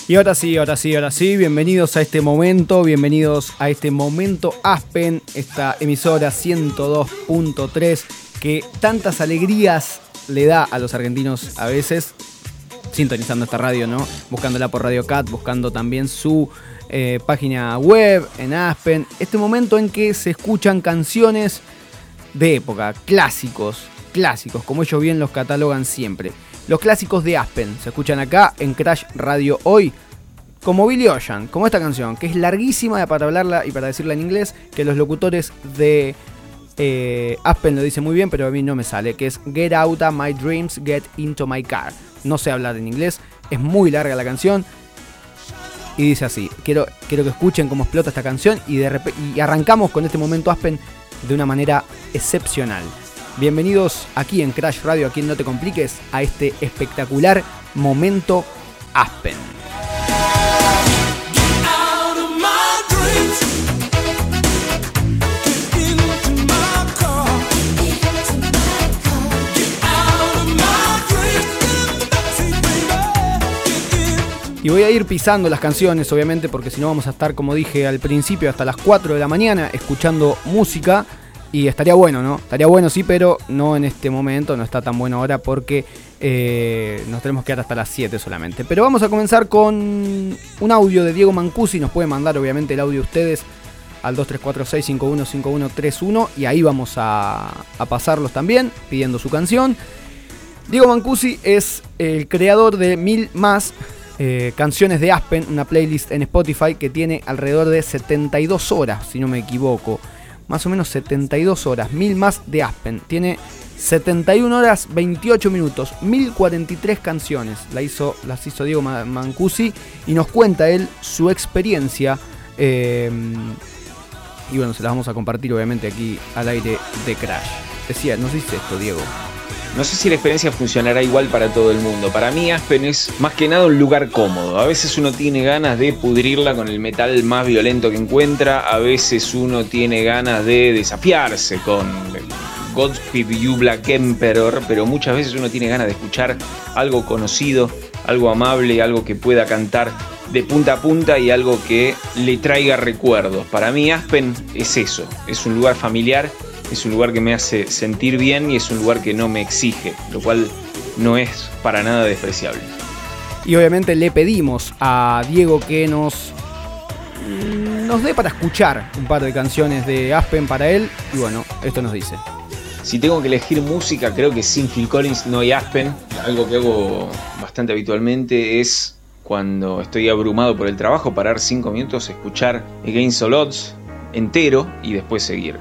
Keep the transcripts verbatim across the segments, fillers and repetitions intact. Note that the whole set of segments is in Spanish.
Y ahora sí, ahora sí, ahora sí, bienvenidos a este momento, bienvenidos a este momento Aspen, esta emisora ciento dos punto tres que tantas alegrías le da a los argentinos a veces, sintonizando esta radio, ¿no? Buscándola por Radio Cat, buscando también su eh, página web en Aspen. Este momento en que se escuchan canciones de época, clásicos, clásicos, como ellos bien los catalogan siempre. Los clásicos de Aspen se escuchan acá en Crash Radio hoy, como Billy Ocean, como esta canción, que es larguísima para hablarla y para decirla en inglés, que los locutores de eh, Aspen lo dicen muy bien, pero a mí no me sale, que es Get Out of My Dreams, Get Into My Car. No sé hablar en inglés, es muy larga la canción y dice así. Quiero, quiero que escuchen cómo explota esta canción y, de rep- y arrancamos con este momento Aspen de una manera excepcional. Bienvenidos aquí en Crash Radio, aquí en No Te Compliques, a este espectacular momento Aspen. Y voy a ir pisando las canciones, obviamente, porque si no vamos a estar, como dije al principio, hasta las cuatro de la mañana escuchando música. Y estaría bueno, ¿no? Estaría bueno, sí, pero no en este momento, no está tan bueno ahora porque eh, nos tenemos que quedar hasta las siete solamente. Pero vamos a comenzar con un audio de Diego Mancusi. Nos pueden mandar, obviamente, el audio ustedes al dos tres cuatro seis cinco uno cinco uno tres uno y ahí vamos a, a pasarlos también, pidiendo su canción. Diego Mancusi es el creador de Mil Más eh, Canciones de Aspen, una playlist en Spotify que tiene alrededor de setenta y dos horas, si no me equivoco. Más o menos setenta y dos horas, Mil Más de Aspen. Tiene setenta y una horas, veintiocho minutos, mil cuarenta y tres canciones. La hizo, las hizo Diego Mancusi y nos cuenta él su experiencia. Eh, y bueno, se las vamos a compartir obviamente aquí al aire de Crash. Decía, nos dice esto, Diego. No sé si la experiencia funcionará igual para todo el mundo. Para mí Aspen es más que nada un lugar cómodo. A veces uno tiene ganas de pudrirla con el metal más violento que encuentra. A veces uno tiene ganas de desafiarse con Godspeed You Black Emperor. Pero muchas veces uno tiene ganas de escuchar algo conocido, algo amable, algo que pueda cantar de punta a punta y algo que le traiga recuerdos. Para mí Aspen es eso, es un lugar familiar. Es un lugar que me hace sentir bien y es un lugar que no me exige, lo cual no es para nada despreciable. Y obviamente le pedimos a Diego que nos, nos dé para escuchar un par de canciones de Aspen para él. Y bueno, esto nos dice. Si tengo que elegir música, creo que sin Phil Collins no hay Aspen. Algo que hago bastante habitualmente es, cuando estoy abrumado por el trabajo, parar cinco minutos, escuchar Against All Odds entero y después seguir.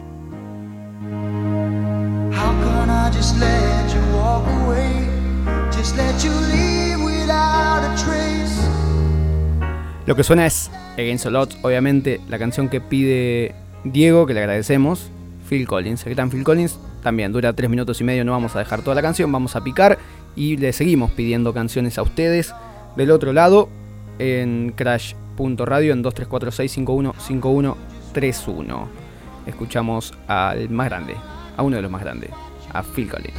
Just let you walk away, just let you leave without a trace. Lo que suena es Against All Odds, obviamente la canción que pide Diego, que le agradecemos, Phil Collins. El gran Phil Collins también dura tres minutos y medio, no vamos a dejar toda la canción, vamos a picar y le seguimos pidiendo canciones a ustedes del otro lado en Crash punto radio en dos tres cuatro seis cinco uno cinco uno tres uno. Escuchamos al más grande, a uno de los más grandes, a Phil Collins.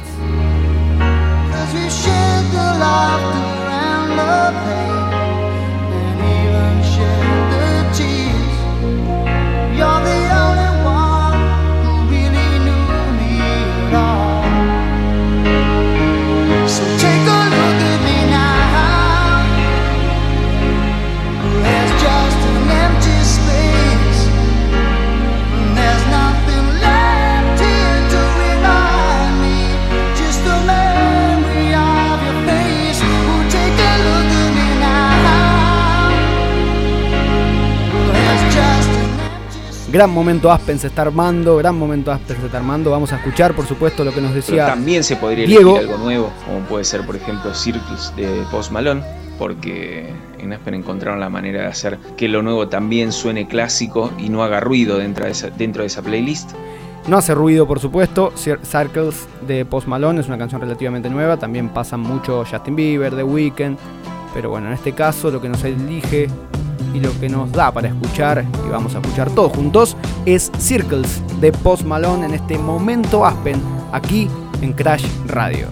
Gran momento Aspen se está armando, gran momento Aspen se está armando. Vamos a escuchar, por supuesto, lo que nos decía Pero también se podría Diego. elegir algo nuevo, como puede ser, por ejemplo, Circles de Post Malone, porque en Aspen encontraron la manera de hacer que lo nuevo también suene clásico y no haga ruido dentro de esa, dentro de esa playlist. No hace ruido, por supuesto. Circles de Post Malone es una canción relativamente nueva. También pasan mucho Justin Bieber, The Weeknd. Pero bueno, en este caso lo que nos elige y lo que nos da para escuchar, y vamos a escuchar todos juntos, es Circles de Post Malone en este momento Aspen, aquí en Crash Radio.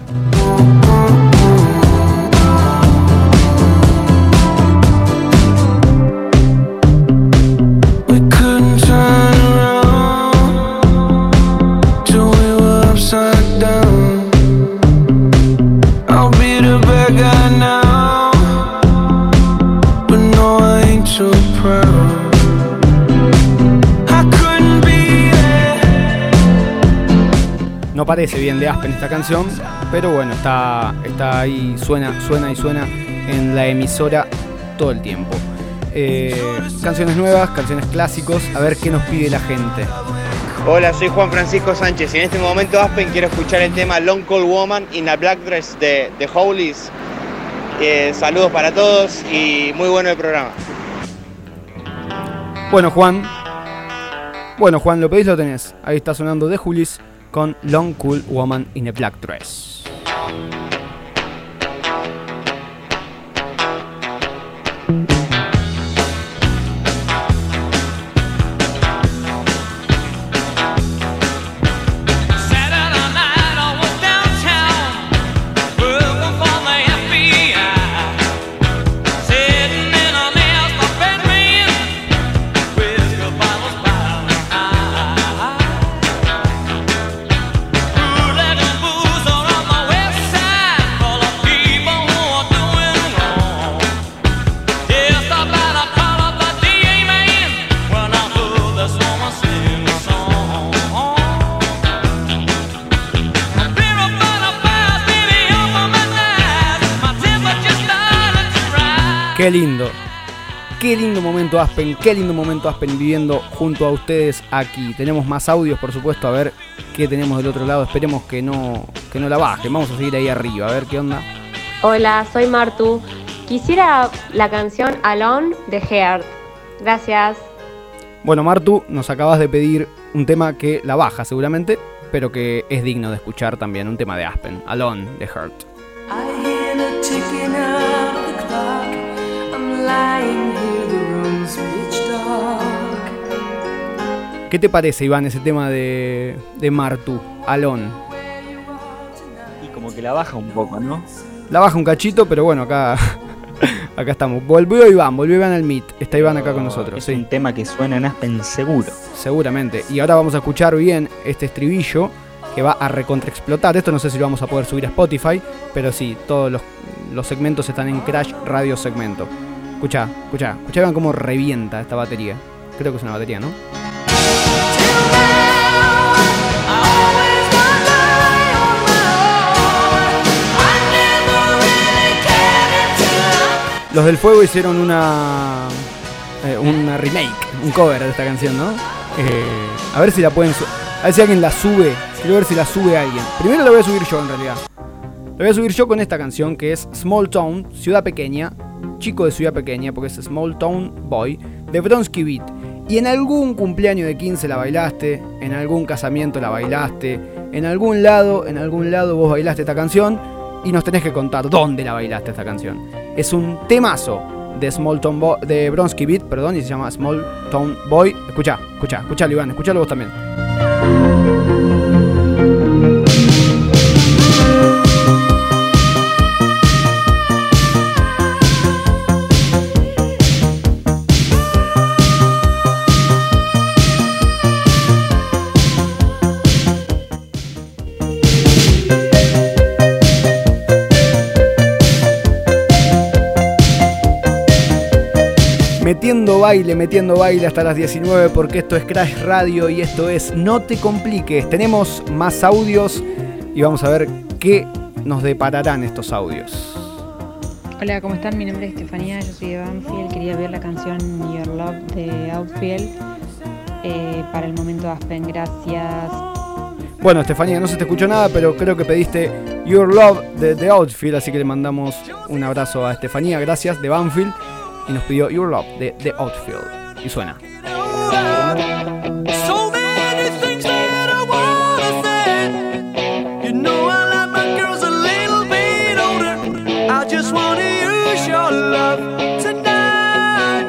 parece bien de Aspen esta canción, pero bueno, está, está ahí, suena, suena y suena en la emisora todo el tiempo. Eh, canciones nuevas, canciones clásicos, a ver qué nos pide la gente. Hola, soy Juan Francisco Sánchez y en este momento Aspen quiero escuchar el tema Long Cold Woman in a Black Dress de The Hollies. Eh, saludos para todos y muy bueno el programa. Bueno, Juan. Bueno, Juan, lo pedís, lo tenés. Ahí está sonando The Hollies con Long Cool Woman in a Black Dress. Qué lindo, qué lindo momento Aspen, qué lindo momento Aspen viviendo junto a ustedes aquí. Tenemos más audios, por supuesto, a ver qué tenemos del otro lado. Esperemos que no, que no la bajen, vamos a seguir ahí arriba, a ver qué onda. Hola, soy Martu. Quisiera la canción Alone de Heart. Gracias. Bueno, Martu, nos acabas de pedir un tema que la baja seguramente, pero que es digno de escuchar también, un tema de Aspen, Alone de Heart. ¿Qué te parece, Iván, ese tema de, de Martu, Alone? Y como que la baja un poco, ¿no? La baja un cachito, pero bueno, acá, acá estamos. Volvió Iván, volvió Iván al Meet. Está Iván acá con nosotros. Es sí. Un tema que suena en Aspen seguro. Seguramente. Y ahora vamos a escuchar bien este estribillo que va a recontraexplotar. Esto no sé si lo vamos a poder subir a Spotify, pero sí, todos los, los segmentos están en Crash Radio Segmento. Escuchá, escuchá, escuchá, vean cómo revienta esta batería. Creo que es una batería, ¿no? Los del Fuego hicieron una eh, una remake, un cover de esta canción, ¿no? Eh, a ver si la pueden su- a ver si alguien la sube. Quiero ver si la sube alguien. Primero la voy a subir yo, en realidad. La voy a subir yo con esta canción que es Small Town, Ciudad Pequeña, chico de ciudad pequeña, porque es Small Town Boy, de Bronski Beat. Y en algún cumpleaños de quince la bailaste, en algún casamiento la bailaste, en algún lado, en algún lado vos bailaste esta canción y nos tenés que contar dónde la bailaste esta canción. Es un temazo de Small Town Boy, de Bronski Beat, perdón, y se llama Small Town Boy. Escuchá, escuchá, escuchalo, Iván, escuchalo vos también. Metiendo baile, metiendo baile hasta las diecinueve, porque esto es Crash Radio y esto es No Te Compliques. Tenemos más audios y vamos a ver qué nos depararán estos audios. Hola, ¿cómo están? Mi nombre es Estefanía, yo soy de Banfield. Quería ver la canción Your Love de Outfield eh, para el momento Aspen. Gracias. Bueno, Estefanía, no se te escuchó nada, pero creo que pediste Your Love de The Outfield, así que le mandamos un abrazo a Estefanía, gracias, de Banfield. Y nos pidió Your Love de The Outfield. Y suena. So many things that I wanna say. You know I like my girls a little bit older. I just wanna use your love tonight.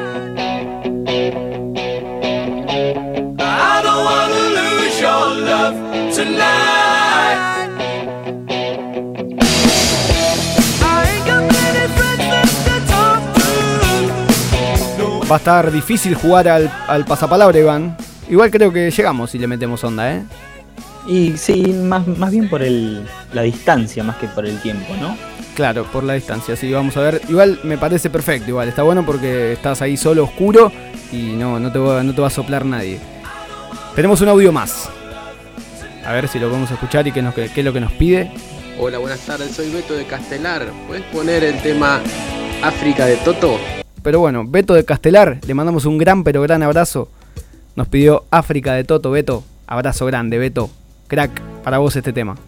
I don't wanna lose your love tonight. Va a estar difícil jugar al, al pasapalabra, Iván. Igual creo que llegamos si le metemos onda, ¿eh? Y sí, más, más bien por el, la distancia, más que por el tiempo, ¿no? Claro, por la distancia, sí, vamos a ver. Igual me parece perfecto, igual, está bueno porque estás ahí solo, oscuro, y no, no, te, va, no te va a soplar nadie. Tenemos un audio más. A ver si lo podemos escuchar y qué, nos, qué es lo que nos pide. Hola, buenas tardes, soy Beto de Castelar. ¿Puedes poner el tema África de Toto? Pero bueno, Beto de Castelar, le mandamos un gran pero gran abrazo. Nos pidió África de Toto, Beto. Abrazo grande, Beto. Crack, para vos este tema.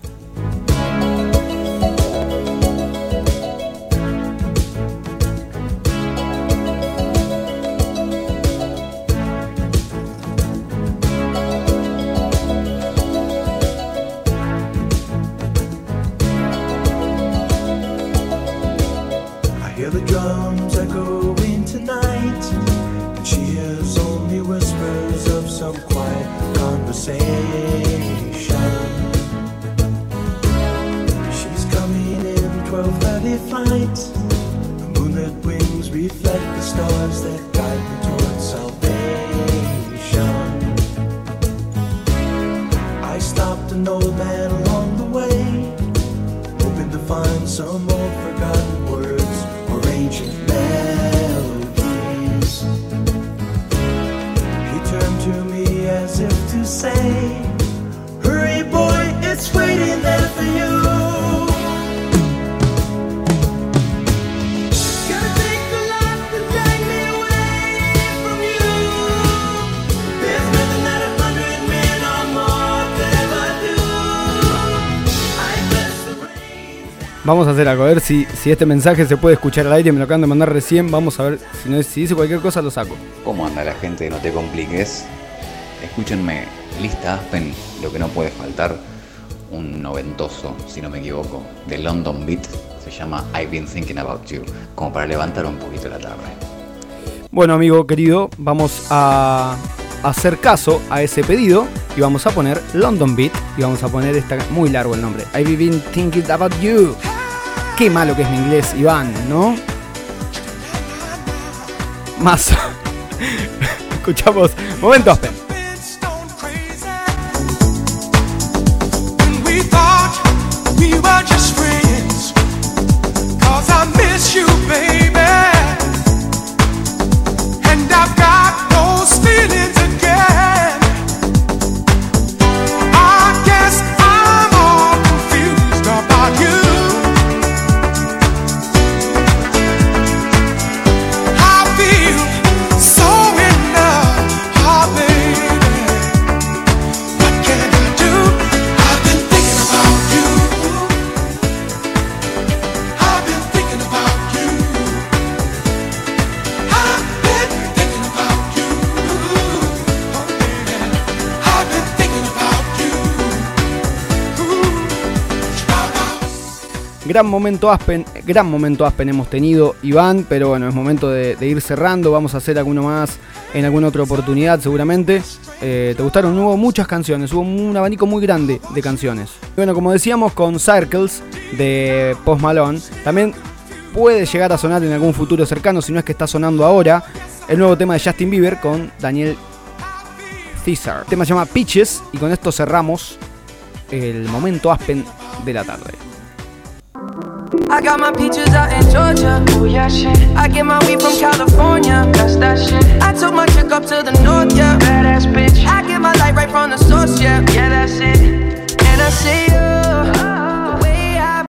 Vamos a hacer algo, a ver si, si este mensaje se puede escuchar al aire. Me lo acaban de mandar recién. Vamos a ver si, no, si dice cualquier cosa lo saco. ¿Cómo anda la gente de No Te Compliques? Escúchenme, lista Aspen, lo que no puede faltar, un noventoso, si no me equivoco, de London Beat. Se llama I've Been Thinking About You, como para levantar un poquito la tarde. Bueno, amigo querido, vamos a hacer caso a ese pedido y vamos a poner London Beat y vamos a poner esta, muy largo el nombre, I've Been Thinking About You. Qué malo que es mi inglés, Iván, ¿no? Más. Escuchamos Momento Aspen. Gran momento Aspen, gran momento Aspen hemos tenido, Iván, pero bueno, es momento de, de ir cerrando. Vamos a hacer alguno más en alguna otra oportunidad seguramente. Eh, ¿Te gustaron? Hubo muchas canciones, hubo un abanico muy grande de canciones. Bueno, como decíamos, con Circles de Post Malone, también puede llegar a sonar en algún futuro cercano, si no es que está sonando ahora, el nuevo tema de Justin Bieber con Daniel Caesar. El tema se llama Peaches y con esto cerramos el momento Aspen de la tarde. I got my peaches out in Georgia. Oh yeah, shit. I get my weed from California. That's that shit. I took my chick up to the north, yeah. Badass bitch. I get my light right from the